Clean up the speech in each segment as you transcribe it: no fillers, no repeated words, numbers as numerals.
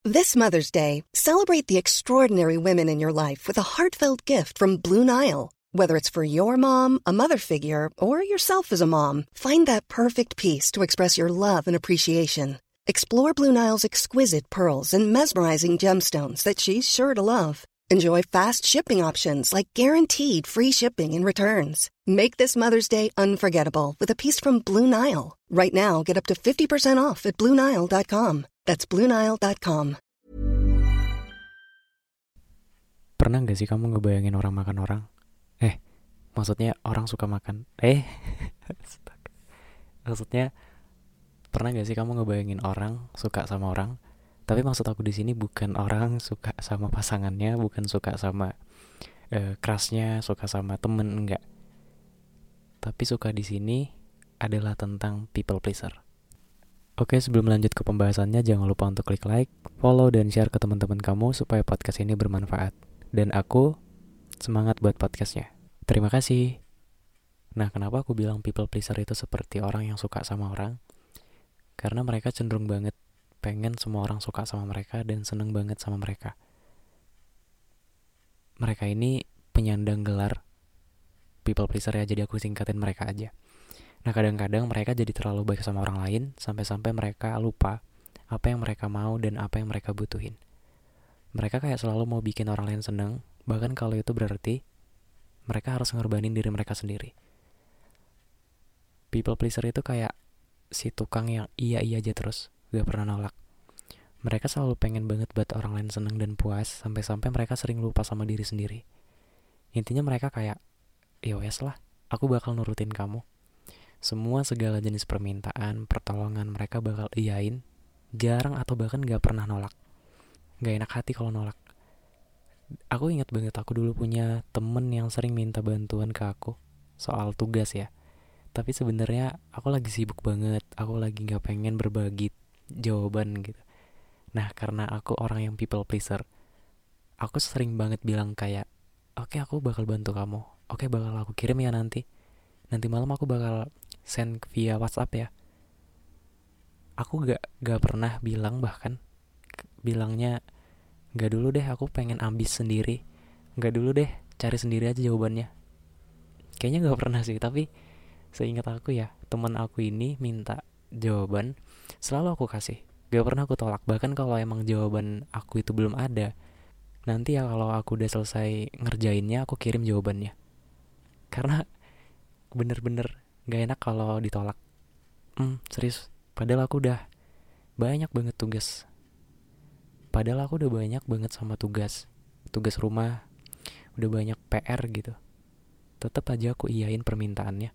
This Mother's Day, celebrate the extraordinary women in your life with a heartfelt gift from Blue Nile. Whether it's for your mom, a mother figure, or yourself as a mom, find that perfect piece to express your love and appreciation. Explore Blue Nile's exquisite pearls and mesmerizing gemstones that she's sure to love. Enjoy fast shipping options like guaranteed free shipping and returns. Make this Mother's Day unforgettable with a piece from Blue Nile. Right now, get up to 50% off at BlueNile.com. That's BlueNile.com. Pernah gak sih kamu ngebayangin orang makan orang? Maksudnya orang suka makan. Maksudnya pernah gak sih kamu ngebayangin orang suka sama orang? Tapi maksud aku di sini bukan orang suka sama pasangannya, bukan suka sama crushnya, suka sama temen, enggak. Tapi suka di sini adalah tentang people pleaser. Oke, sebelum lanjut ke pembahasannya, jangan lupa untuk klik like, follow, dan share ke teman-teman kamu supaya podcast ini bermanfaat. Dan aku semangat buat podcastnya. Terima kasih. Nah, kenapa aku bilang people pleaser itu seperti orang yang suka sama orang? Karena mereka cenderung banget pengen semua orang suka sama mereka dan seneng banget sama mereka. Mereka ini penyandang gelar people pleaser ya, jadi aku singkatin mereka aja. Nah, kadang-kadang mereka jadi terlalu baik sama orang lain, sampai-sampai mereka lupa apa yang mereka mau dan apa yang mereka butuhin. Mereka kayak selalu mau bikin orang lain seneng, bahkan kalau itu berarti mereka harus ngorbanin diri mereka sendiri. People pleaser itu kayak si tukang yang iya aja terus, gak pernah nolak. Mereka selalu pengen banget buat orang lain seneng dan puas, sampai-sampai mereka sering lupa sama diri sendiri. Intinya mereka kayak, ya wes lah, aku bakal nurutin kamu. Semua segala jenis permintaan, pertolongan mereka bakal iyain, jarang atau bahkan gak pernah nolak. Gak enak hati kalau nolak. Aku ingat banget aku dulu punya temen yang sering minta bantuan ke aku soal tugas ya. Tapi sebenarnya aku lagi sibuk banget, aku lagi gak pengen berbagi jawaban gitu. Nah, karena aku orang yang people pleaser, aku sering banget bilang kayak, oke, aku bakal bantu kamu, oke, bakal aku kirim ya nanti malam aku bakal send via WhatsApp ya. Aku gak pernah bilang, bahkan bilangnya gak dulu deh, aku pengen ambis sendiri, gak dulu deh, cari sendiri aja jawabannya. Kayaknya gak pernah sih, tapi seingat aku ya, teman aku ini minta jawaban, selalu aku kasih, gak pernah aku tolak. Bahkan kalau emang jawaban aku itu belum ada, nanti ya kalau aku udah selesai ngerjainnya, aku kirim jawabannya. Karena bener-bener gak enak kalau ditolak. Serius, padahal aku udah banyak banget tugas. Padahal aku udah banyak banget sama tugas rumah, udah banyak PR gitu. Tetep aja aku iyain permintaannya.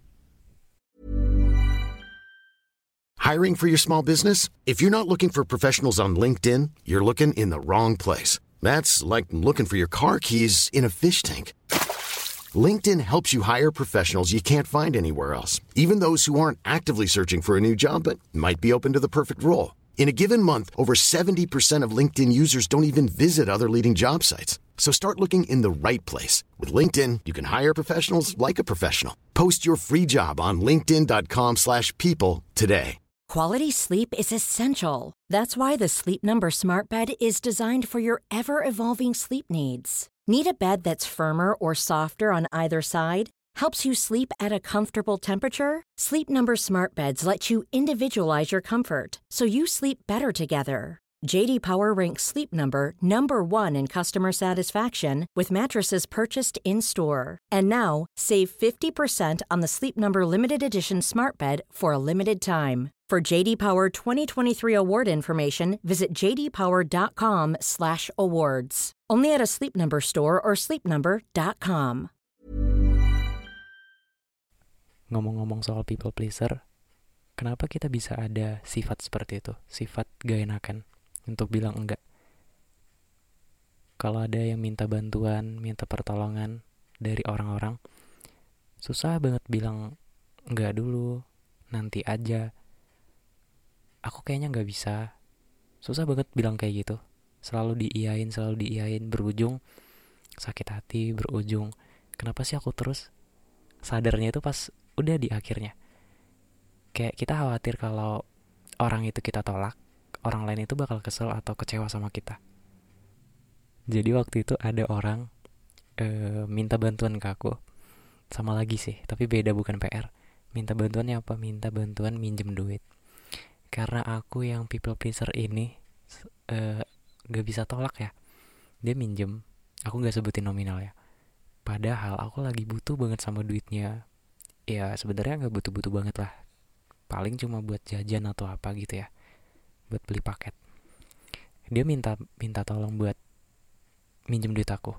Hiring for your small business? If you're not looking for professionals on LinkedIn, you're looking in the wrong place. That's like looking for your car keys in a fish tank. LinkedIn helps you hire professionals you can't find anywhere else, even those who aren't actively searching for a new job but might be open to the perfect role. In a given month, over 70% of LinkedIn users don't even visit other leading job sites. So start looking in the right place. With LinkedIn, you can hire professionals like a professional. Post your free job on linkedin.com/people today. Quality sleep is essential. That's why the Sleep Number Smart Bed is designed for your ever-evolving sleep needs. Need a bed that's firmer or softer on either side? Helps you sleep at a comfortable temperature? Sleep Number Smart Beds let you individualize your comfort, so you sleep better together. J.D. Power ranks Sleep Number number 1 in customer satisfaction with mattresses purchased in-store. And now, save 50% on the Sleep Number Limited Edition Smart Bed for a limited time. For J.D. Power 2023 award information, visit jdpower.com/awards. Only at a Sleep Number store or sleepnumber.com. Ngomong-ngomong soal people pleaser, kenapa kita bisa ada sifat seperti itu? Sifat gak enakan untuk bilang enggak. Kalau ada yang minta bantuan, minta pertolongan dari orang-orang, susah banget bilang enggak dulu, nanti aja. Aku kayaknya gak bisa. Susah banget bilang kayak gitu. Selalu diiyain, berujung sakit hati, berujung kenapa sih aku terus. Sadarnya itu pas udah di akhirnya. Kayak kita khawatir kalau orang itu kita tolak, orang lain itu bakal kesel atau kecewa sama kita. Jadi waktu itu ada orang minta bantuan ke aku. Sama lagi sih, tapi beda, bukan PR. Minta bantuannya apa? Minta bantuan minjem duit. Karena aku yang people pleaser ini gak bisa tolak ya. Dia minjem, aku gak sebutin nominal ya. Padahal aku lagi butuh banget sama duitnya. Ya sebenarnya gak butuh-butuh banget lah. Paling cuma buat jajan atau apa gitu ya, buat beli paket. Dia minta tolong buat minjem duit aku.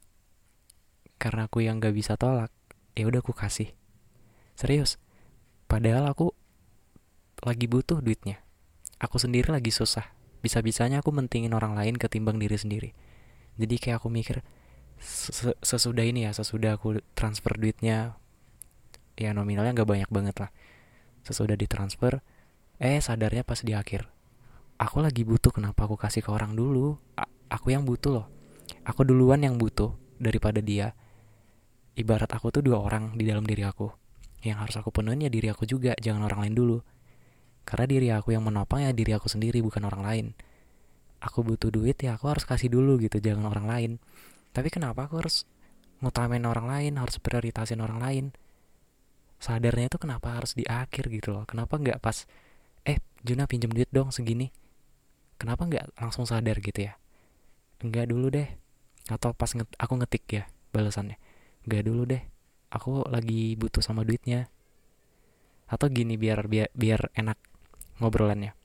Karena aku yang gak bisa tolak, ya udah aku kasih. Serius. Padahal aku lagi butuh duitnya. Aku sendiri lagi susah. Bisa-bisanya aku mentingin orang lain ketimbang diri sendiri. Jadi kayak aku mikir, sesudah aku transfer duitnya, ya nominalnya gak banyak banget lah. Sesudah ditransfer, sadarnya pas di akhir, aku lagi butuh, kenapa aku kasih ke orang dulu? Aku yang butuh loh. Aku duluan yang butuh daripada dia. Ibarat aku tuh 2 orang di dalam diri aku. Yang harus aku penuhin ya diri aku juga, jangan orang lain dulu. Karena diri aku yang menopang ya diri aku sendiri, bukan orang lain. Aku butuh duit ya aku harus kasih dulu gitu, jangan orang lain. Tapi kenapa aku harus ngutamain orang lain, harus prioritasin orang lain? Sadarnya itu kenapa harus di akhir gitu loh. Kenapa gak pas, Juna pinjem duit dong segini. Kenapa gak langsung sadar gitu ya? Enggak dulu deh. Atau pas aku ngetik ya balasannya, enggak dulu deh, aku lagi butuh sama duitnya. Atau gini, biar enak ngobrolannya,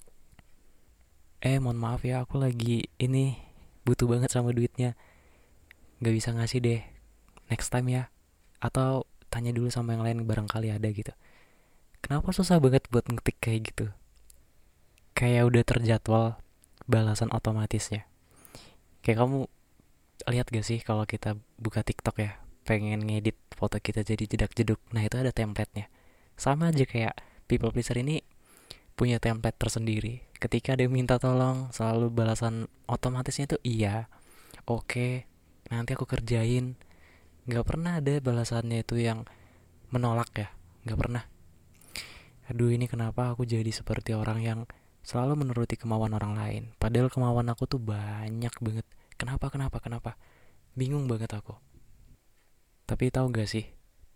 mohon maaf ya, aku lagi ini butuh banget sama duitnya, gak bisa ngasih deh, next time ya. Atau tanya dulu sama yang lain, barangkali ada gitu. Kenapa susah banget buat ngetik kayak gitu? Kayak udah terjadwal balasan otomatisnya. Kayak kamu lihat gak sih kalau kita buka TikTok ya, pengen ngedit foto kita jadi jedak-jeduk, nah itu ada template-nya. Sama aja kayak people pleaser ini punya template tersendiri. Ketika dia minta tolong, selalu balasan otomatisnya tuh iya, oke, nanti aku kerjain. Gak pernah ada balasannya itu yang menolak ya, gak pernah. Aduh, ini kenapa aku jadi seperti orang yang selalu menuruti kemauan orang lain, padahal kemauan aku tuh banyak banget. Kenapa? Bingung banget aku. Tapi tahu gak sih,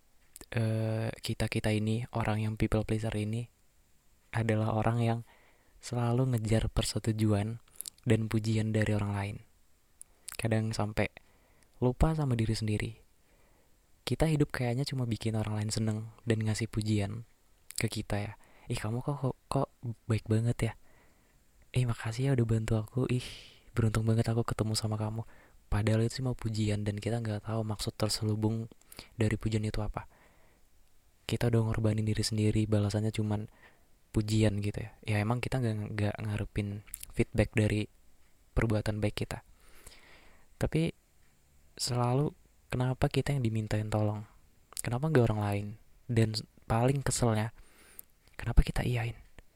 kita ini, orang yang people pleaser ini, adalah orang yang selalu ngejar persetujuan dan pujian dari orang lain. Kadang sampai lupa sama diri sendiri. Kita hidup kayaknya cuma bikin orang lain seneng dan ngasih pujian ke kita ya. Kamu kok baik banget ya. Makasih ya udah bantu aku. Beruntung banget aku ketemu sama kamu. Padahal itu cuma pujian dan kita gak tahu maksud terselubung dari pujian itu apa. Kita udah ngorbanin diri sendiri, balasannya cuman pujian gitu ya. Ya emang kita gak ngarepin feedback dari perbuatan baik kita. Tapi selalu kenapa kita yang dimintain tolong? Kenapa gak orang lain? Dan paling keselnya, kenapa kita iyain?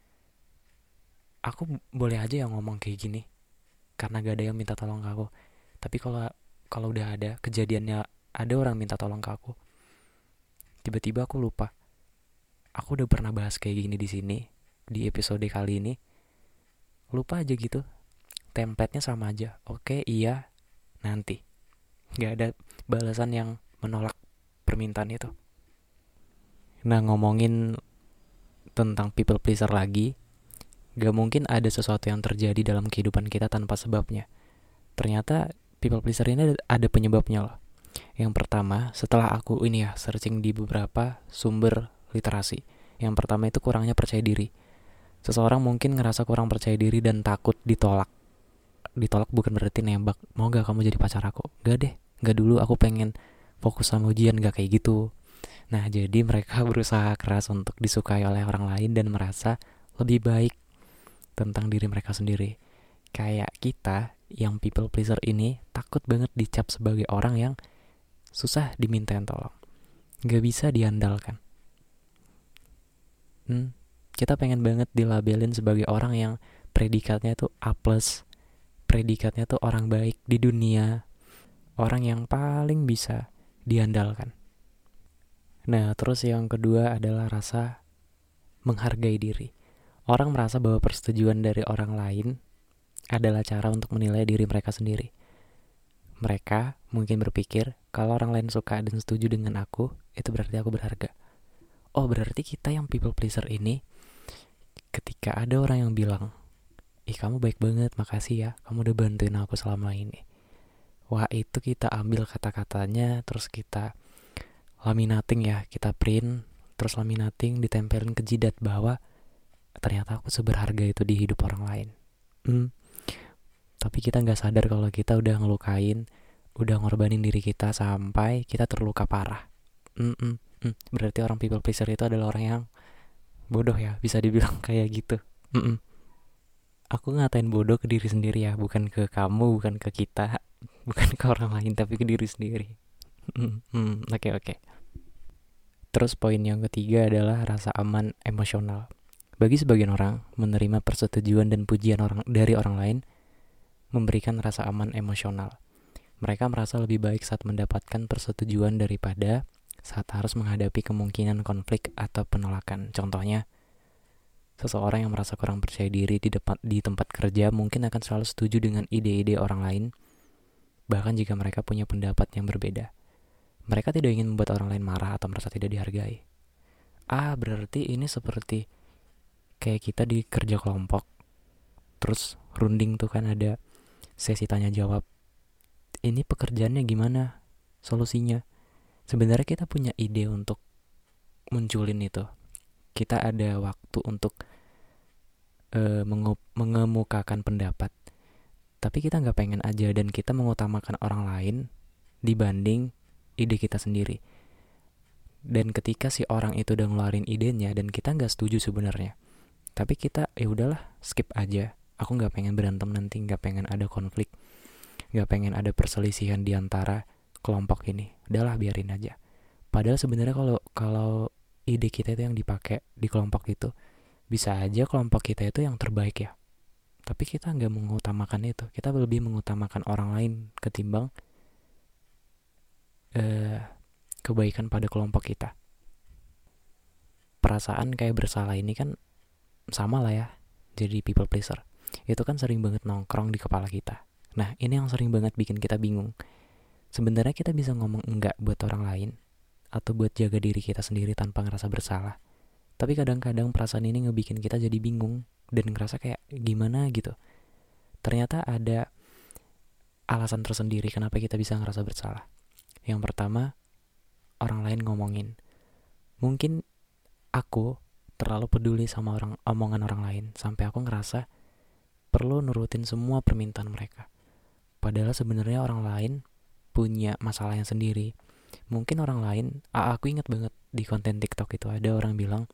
Aku boleh aja yang ngomong kayak gini karena gak ada yang minta tolong ke aku. Tapi kalau udah ada kejadiannya, ada orang minta tolong ke aku, tiba-tiba aku lupa. Aku udah pernah bahas kayak gini di sini di episode kali ini. Lupa aja gitu. Template-nya sama aja. Oke, iya, nanti. Gak ada balasan yang menolak permintaan itu. Nah, ngomongin tentang people pleaser lagi, gak mungkin ada sesuatu yang terjadi dalam kehidupan kita tanpa sebabnya. Ternyata people pleaser ini ada penyebabnya loh. Yang pertama, setelah aku searching di beberapa sumber literasi, yang pertama itu kurangnya percaya diri. Seseorang mungkin ngerasa kurang percaya diri dan takut ditolak. Ditolak bukan berarti nembak, mau gak kamu jadi pacar aku? Gak deh, gak dulu, aku pengen fokus sama ujian, gak kayak gitu. Nah, jadi mereka berusaha keras untuk disukai oleh orang lain dan merasa lebih baik tentang diri mereka sendiri. Kayak kita yang people pleaser ini takut banget dicap sebagai orang yang susah dimintain tolong, gak bisa diandalkan. Kita pengen banget dilabelin sebagai orang yang predikatnya tuh A+, predikatnya tuh orang baik di dunia, orang yang paling bisa diandalkan. Nah, terus yang kedua adalah rasa menghargai diri. Orang merasa bahwa persetujuan dari orang lain adalah cara untuk menilai diri mereka sendiri. Mereka mungkin berpikir kalau orang lain suka dan setuju dengan aku, itu berarti aku berharga. Oh, berarti kita yang people pleaser ini, ketika ada orang yang bilang, ih kamu baik banget, makasih ya, kamu udah bantuin aku selama ini. Wah, itu kita ambil kata-katanya, terus kita laminating ya, kita print, terus laminating, ditempelin ke jidat bahwa ternyata aku seberharga itu di hidup orang lain. Tapi kita gak sadar kalau kita udah ngelukain, udah ngorbanin diri kita sampai kita terluka parah. Berarti orang people pleaser itu adalah orang yang bodoh ya, bisa dibilang kayak gitu. Aku ngatain bodoh ke diri sendiri ya, bukan ke kamu, bukan ke kita, bukan ke orang lain, tapi ke diri sendiri. Oke. Terus poin yang ketiga adalah rasa aman emosional. Bagi sebagian orang, menerima persetujuan dan pujian dari orang lain memberikan rasa aman emosional. Mereka merasa lebih baik saat mendapatkan persetujuan daripada saat harus menghadapi kemungkinan konflik atau penolakan. Contohnya, seseorang yang merasa kurang percaya diri di tempat kerja mungkin akan selalu setuju dengan ide-ide orang lain, bahkan jika mereka punya pendapat yang berbeda. Mereka tidak ingin membuat orang lain marah atau merasa tidak dihargai. Berarti ini seperti kayak kita di kerja kelompok, terus runding tuh kan ada sesi tanya jawab. Ini pekerjaannya gimana? Solusinya? Sebenarnya kita punya ide untuk munculin itu. Kita ada waktu untuk mengemukakan pendapat. Tapi kita gak pengen aja dan kita mengutamakan orang lain dibanding ide kita sendiri. Dan ketika si orang itu udah ngeluarin idenya dan kita gak setuju sebenarnya, tapi kita ya udahlah skip aja. Aku gak pengen berantem nanti, gak pengen ada konflik, gak pengen ada perselisihan di antara kelompok ini. Udahlah biarin aja. Padahal sebenarnya kalau ide kita itu yang dipakai di kelompok itu, bisa aja kelompok kita itu yang terbaik ya. Tapi kita gak mengutamakan itu. Kita lebih mengutamakan orang lain ketimbang kebaikan pada kelompok kita. Perasaan kayak bersalah ini kan sama lah ya, jadi people pleaser. Itu kan sering banget nongkrong di kepala kita. Nah, ini yang sering banget bikin kita bingung. Sebenarnya kita bisa ngomong enggak buat orang lain atau buat jaga diri kita sendiri tanpa ngerasa bersalah. Tapi kadang-kadang perasaan ini ngebikin kita jadi bingung dan ngerasa kayak gimana gitu. Ternyata ada alasan tersendiri kenapa kita bisa ngerasa bersalah. Yang pertama, orang lain ngomongin. Mungkin aku terlalu peduli sama omongan orang lain sampai aku ngerasa perlu nurutin semua permintaan mereka. Padahal sebenarnya orang lain punya masalah yang sendiri. Mungkin orang lain, aku ingat banget di konten TikTok itu ada orang bilang,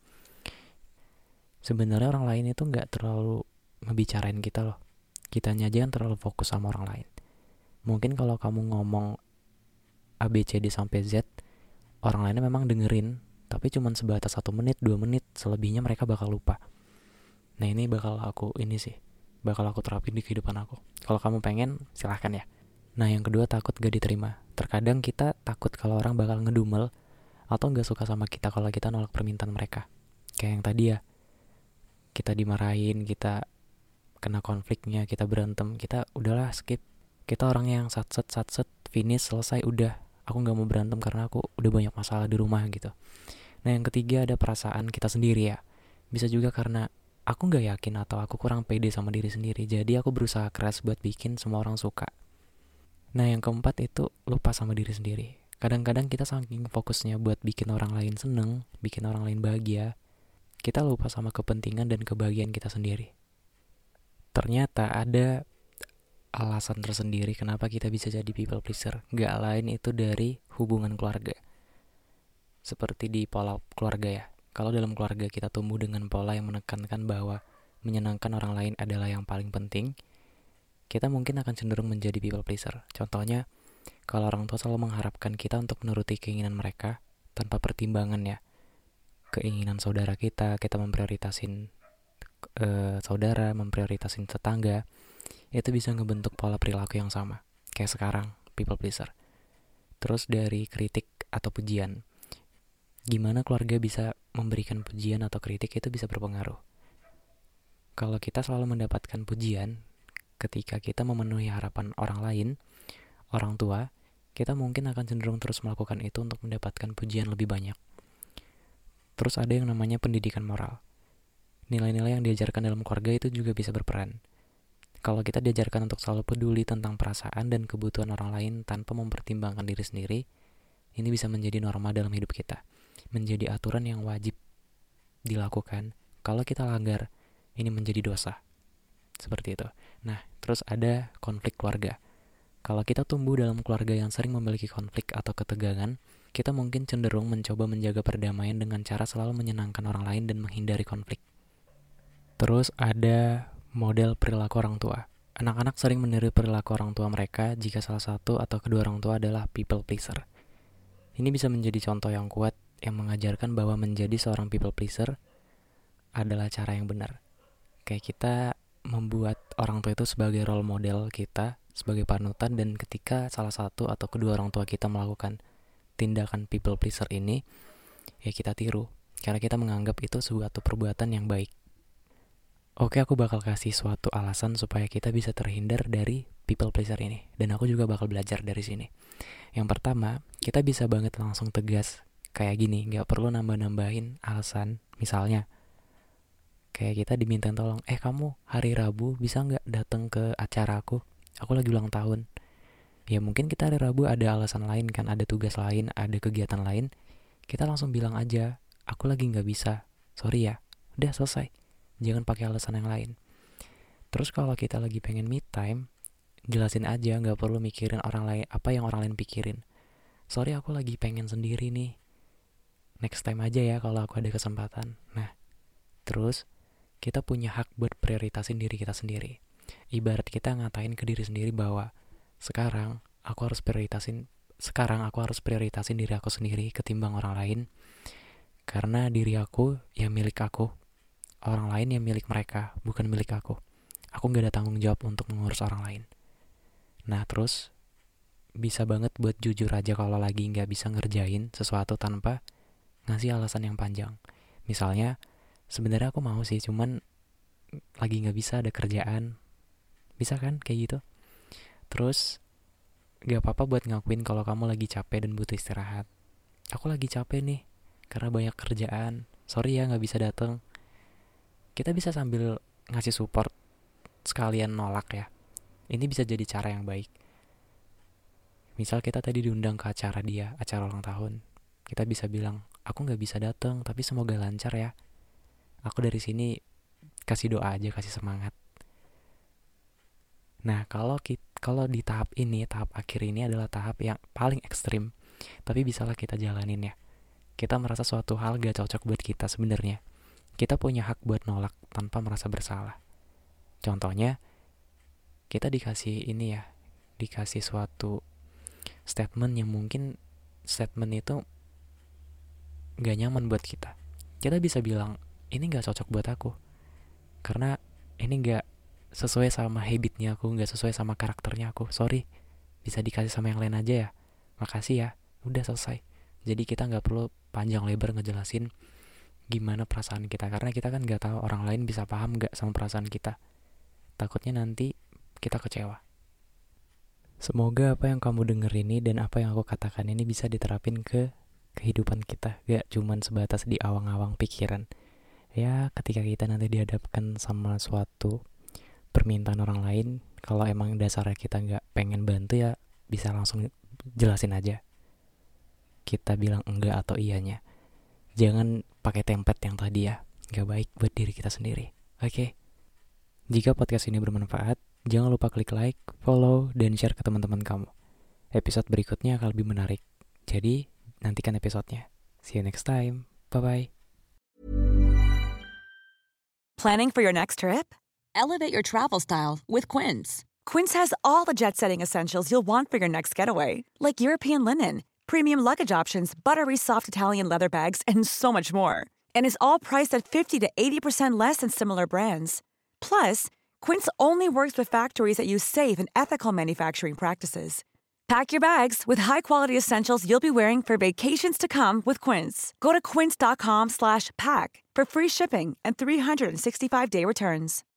sebenarnya orang lain itu gak terlalu ngebicarain kita loh. Kitanya aja yang terlalu fokus sama orang lain. Mungkin kalau kamu ngomong ABCD sampai Z, orang lainnya memang dengerin, tapi cuman sebatas 1 menit, 2 menit, selebihnya mereka bakal lupa. Nah ini bakal aku terapin di kehidupan aku. Kalau kamu pengen, silahkan ya. Nah yang kedua, takut gak diterima. Terkadang kita takut kalau orang bakal ngedumel atau gak suka sama kita kalau kita nolak permintaan mereka. Kayak yang tadi ya, kita dimarahin, kita kena konfliknya, kita berantem, kita udahlah skip. Kita orang yang satset, finish, selesai, udah. Aku gak mau berantem karena aku udah banyak masalah di rumah gitu. Nah yang ketiga ada perasaan kita sendiri ya. Bisa juga karena aku gak yakin atau aku kurang pede sama diri sendiri. Jadi aku berusaha keras buat bikin semua orang suka. Nah yang keempat itu lupa sama diri sendiri. Kadang-kadang kita saking fokusnya buat bikin orang lain seneng, bikin orang lain bahagia, kita lupa sama kepentingan dan kebahagiaan kita sendiri. Ternyata ada alasan tersendiri kenapa kita bisa jadi people pleaser. Gak lain itu dari hubungan keluarga. Seperti di pola keluarga ya. Kalau dalam keluarga kita tumbuh dengan pola yang menekankan bahwa menyenangkan orang lain adalah yang paling penting, kita mungkin akan cenderung menjadi people pleaser. Contohnya, kalau orang tua selalu mengharapkan kita untuk menuruti keinginan mereka tanpa pertimbangan ya. Keinginan saudara kita memprioritasin saudara, memprioritasin tetangga, itu bisa ngebentuk pola perilaku yang sama. Kayak sekarang, people pleaser. Terus dari kritik atau pujian. Gimana keluarga bisa memberikan pujian atau kritik itu bisa berpengaruh. Kalau kita selalu mendapatkan pujian ketika kita memenuhi harapan orang lain, orang tua, kita mungkin akan cenderung terus melakukan itu untuk mendapatkan pujian lebih banyak. Terus ada yang namanya pendidikan moral. Nilai-nilai yang diajarkan dalam keluarga itu juga bisa berperan. Kalau kita diajarkan untuk selalu peduli tentang perasaan dan kebutuhan orang lain tanpa mempertimbangkan diri sendiri, ini bisa menjadi norma dalam hidup kita. Menjadi aturan yang wajib dilakukan. Kalau kita langgar, ini menjadi dosa. Seperti itu. Nah, terus ada konflik keluarga. Kalau kita tumbuh dalam keluarga yang sering memiliki konflik atau ketegangan, kita mungkin cenderung mencoba menjaga perdamaian dengan cara selalu menyenangkan orang lain dan menghindari konflik. Terus ada model perilaku orang tua. Anak-anak sering meniru perilaku orang tua mereka jika salah satu atau kedua orang tua adalah people pleaser. Ini bisa menjadi contoh yang kuat yang mengajarkan bahwa menjadi seorang people pleaser adalah cara yang benar. Kayak kita membuat orang tua itu sebagai role model kita, sebagai panutan, dan ketika salah satu atau kedua orang tua kita melakukan tindakan people pleaser ini, ya kita tiru, karena kita menganggap itu suatu perbuatan yang baik. Oke, aku bakal kasih suatu alasan supaya kita bisa terhindar dari people pleaser ini, dan aku juga bakal belajar dari sini. Yang pertama, kita bisa banget langsung tegas, kayak gini, gak perlu nambah-nambahin alasan. Misalnya, kayak kita diminta tolong, kamu hari Rabu bisa gak datang ke acara aku lagi ulang tahun. Ya mungkin kita hari Rabu ada alasan lain kan, ada tugas lain, ada kegiatan lain. Kita langsung bilang aja, aku lagi gak bisa, sorry ya. Udah selesai, jangan pakai alasan yang lain. Terus kalau kita lagi pengen me time, jelasin aja, gak perlu mikirin orang lain, apa yang orang lain pikirin. Sorry, aku lagi pengen sendiri nih, next time aja ya kalau aku ada kesempatan. Nah, terus kita punya hak buat prioritasin diri kita sendiri. Ibarat kita ngatain ke diri sendiri bahwa sekarang aku harus prioritasin diri aku sendiri ketimbang orang lain, karena diri aku ya milik aku, orang lain ya milik mereka, bukan milik aku. Aku gak ada tanggung jawab untuk mengurus orang lain. Nah, terus bisa banget buat jujur aja kalau lagi gak bisa ngerjain sesuatu tanpa ngasih alasan yang panjang. Misalnya, sebenarnya aku mau sih, cuman lagi gak bisa, ada kerjaan. Bisa kan kayak gitu? Terus gak apa-apa buat ngakuin kalau kamu lagi capek dan butuh istirahat. Aku lagi capek nih karena banyak kerjaan, sorry ya gak bisa datang. Kita bisa sambil ngasih support sekalian nolak ya. Ini bisa jadi cara yang baik. Misal kita tadi diundang ke acara ulang tahun, kita bisa bilang, aku gak bisa datang tapi semoga lancar ya. Aku dari sini kasih doa aja, kasih semangat. Nah, kalau di tahap akhir ini adalah tahap yang paling ekstrim, tapi bisalah kita jalanin ya. Kita merasa suatu hal gak cocok buat kita sebenarnya. Kita punya hak buat nolak tanpa merasa bersalah. Contohnya, kita dikasih suatu statement yang mungkin statement itu gak nyaman buat kita. Kita bisa bilang, ini gak cocok buat aku, karena ini gak sesuai sama habitnya aku, gak sesuai sama karakternya aku. Sorry, bisa dikasih sama yang lain aja ya. Makasih ya, udah selesai. Jadi kita gak perlu panjang lebar ngejelasin gimana perasaan kita, karena kita kan gak tahu orang lain bisa paham gak sama perasaan kita. Takutnya nanti kita kecewa. Semoga apa yang kamu denger ini dan apa yang aku katakan ini bisa diterapin ke kehidupan kita, gak cuman sebatas di awang-awang pikiran. Ya, ketika kita nanti dihadapkan sama suatu permintaan orang lain, kalau emang dasarnya kita gak pengen bantu ya bisa langsung jelasin aja. Kita bilang enggak atau iyanya. Jangan pakai template yang tadi ya, gak baik buat diri kita sendiri. Oke. Jika podcast ini bermanfaat, jangan lupa klik like, follow, dan share ke teman-teman kamu. Episode berikutnya akan lebih menarik. Jadi, nantikan episodenya. See you next time. Bye-bye. Planning for your next trip? Elevate your travel style with Quince. Quince has all the jet-setting essentials you'll want for your next getaway, like European linen, premium luggage options, buttery soft Italian leather bags, and so much more. And is all priced at 50 to 80% less than similar brands. Plus, Quince only works with factories that use safe and ethical manufacturing practices. Pack your bags with high-quality essentials you'll be wearing for vacations to come with Quince. Go to quince.com/pack for free shipping and 365-day returns.